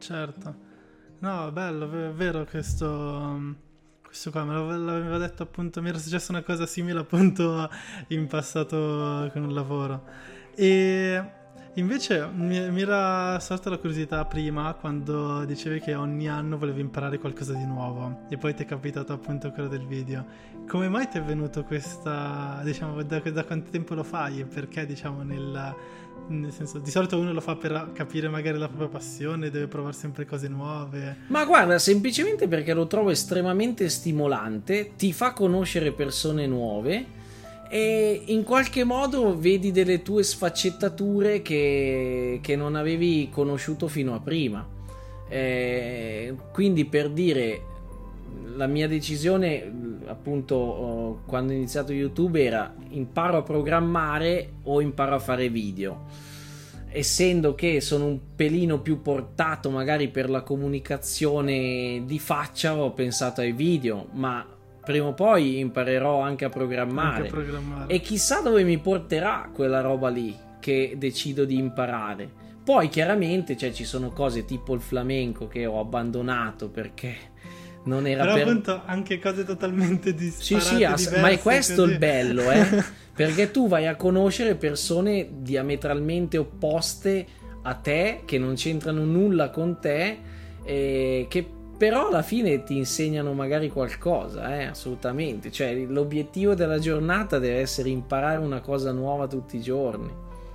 [SPEAKER 2] Certo. No, bello, è vero questo... Questo qua me l'aveva detto appunto, mi era successa una cosa simile appunto in passato con un lavoro. E invece mi, mi era sorta la curiosità prima quando dicevi che ogni anno volevi imparare qualcosa di nuovo e poi ti è capitato appunto quello del video. Come mai ti è venuto questa, diciamo, da, da quanto tempo lo fai e perché, diciamo, nel, nel senso, di solito uno lo fa per capire magari la propria passione, deve provare sempre cose nuove.
[SPEAKER 3] Ma guarda, semplicemente perché lo trovo estremamente stimolante, ti fa conoscere persone nuove e in qualche modo vedi delle tue sfaccettature che, che non avevi conosciuto fino a prima. Eh, quindi, per dire, la mia decisione appunto quando ho iniziato YouTube era: imparo a programmare o imparo a fare video. Essendo che sono un pelino più portato magari per la comunicazione di faccia, ho pensato ai video, ma prima o poi imparerò anche a programmare,
[SPEAKER 2] anche a programmare.
[SPEAKER 3] E chissà dove mi porterà quella roba lì che decido di imparare. Poi chiaramente, cioè, ci sono cose tipo il flamenco che ho abbandonato perché non era
[SPEAKER 2] però
[SPEAKER 3] per...
[SPEAKER 2] appunto anche cose totalmente disparate,
[SPEAKER 3] sì sì ass-
[SPEAKER 2] diverse,
[SPEAKER 3] ma è questo
[SPEAKER 2] così.
[SPEAKER 3] Il bello, eh? Perché tu vai a conoscere persone diametralmente opposte a te, che non c'entrano nulla con te, eh, che però alla fine ti insegnano magari qualcosa, eh? Assolutamente. Cioè, l'obiettivo della giornata deve essere imparare una cosa nuova tutti i giorni.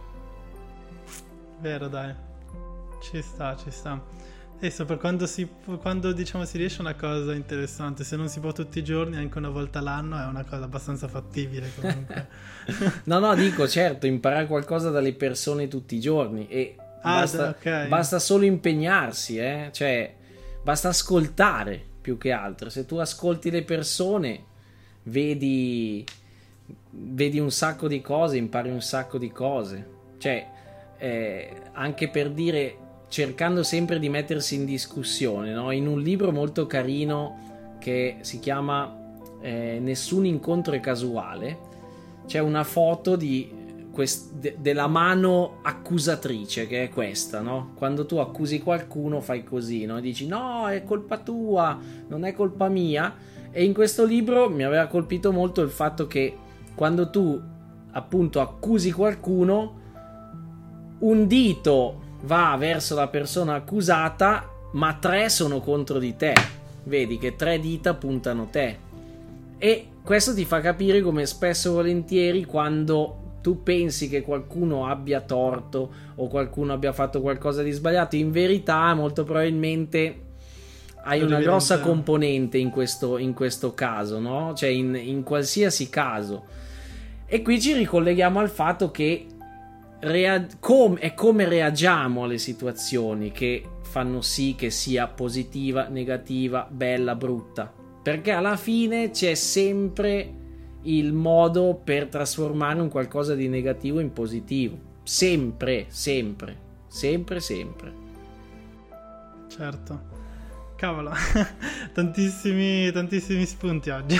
[SPEAKER 2] Vero, dai, ci sta, ci sta. Adesso per quando si quando diciamo si riesce a una cosa interessante, se non si può tutti i giorni, anche una volta l'anno è una cosa abbastanza fattibile comunque.
[SPEAKER 3] no no dico, certo, imparare qualcosa dalle persone tutti i giorni e
[SPEAKER 2] ah,
[SPEAKER 3] basta,
[SPEAKER 2] okay.
[SPEAKER 3] basta solo impegnarsi, eh? Cioè basta ascoltare più che altro. Se tu ascolti le persone vedi vedi un sacco di cose, impari un sacco di cose, cioè eh, anche per dire, cercando sempre di mettersi in discussione, no? In un libro molto carino che si chiama eh, Nessun incontro è casuale, c'è una foto di quest- de- della mano accusatrice, che è questa, no? Quando tu accusi qualcuno fai così, no? E dici no, è colpa tua, non è colpa mia. E in questo libro mi aveva colpito molto il fatto che quando tu appunto accusi qualcuno, un dito va verso la persona accusata, ma tre sono contro di te. Vedi che tre dita puntano te. E questo ti fa capire come spesso e volentieri, quando tu pensi che qualcuno abbia torto o qualcuno abbia fatto qualcosa di sbagliato, in verità molto probabilmente hai una grossa componente in questo, in questo caso, no? Cioè in, in qualsiasi caso. E qui ci ricolleghiamo al fatto che Rea- com- è come reagiamo alle situazioni che fanno sì che sia positiva, negativa, bella, brutta, perché alla fine c'è sempre il modo per trasformare un qualcosa di negativo in positivo, sempre, sempre, sempre, sempre.
[SPEAKER 2] Certo, cavolo, tantissimi, tantissimi spunti oggi.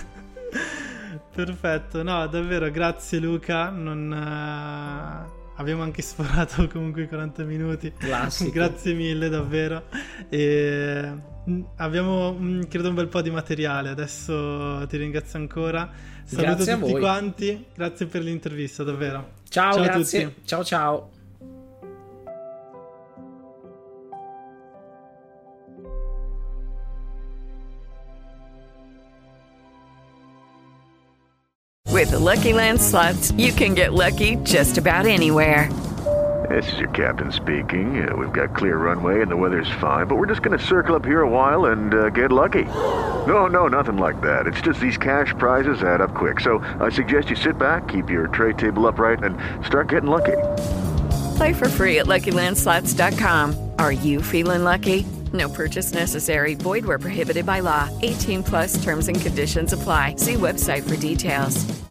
[SPEAKER 2] Perfetto, no, davvero, grazie Luca, non, uh, abbiamo anche sforato comunque i quaranta minuti.
[SPEAKER 3] Classico.
[SPEAKER 2] Grazie mille, davvero. E abbiamo, credo, un bel po' di materiale, adesso ti ringrazio ancora. Saluto
[SPEAKER 3] Grazie
[SPEAKER 2] tutti
[SPEAKER 3] a voi.
[SPEAKER 2] quanti, grazie per l'intervista, davvero.
[SPEAKER 3] Ciao,
[SPEAKER 2] ciao
[SPEAKER 3] grazie.
[SPEAKER 2] A tutti.
[SPEAKER 3] Ciao ciao.
[SPEAKER 4] With the Lucky Land Slots, you can get lucky just about anywhere.
[SPEAKER 10] This is your captain speaking. Uh, we've got clear runway and the weather's fine, but we're just going to circle up here a while and uh, get lucky. No, no, nothing like that. It's just these cash prizes add up quick. So I suggest you sit back, keep your tray table upright, and start getting lucky.
[SPEAKER 4] Play for free at Lucky Land Slots dot com. Are you feeling lucky? No purchase necessary. Void where prohibited by law. eighteen plus terms and conditions apply. See website for details.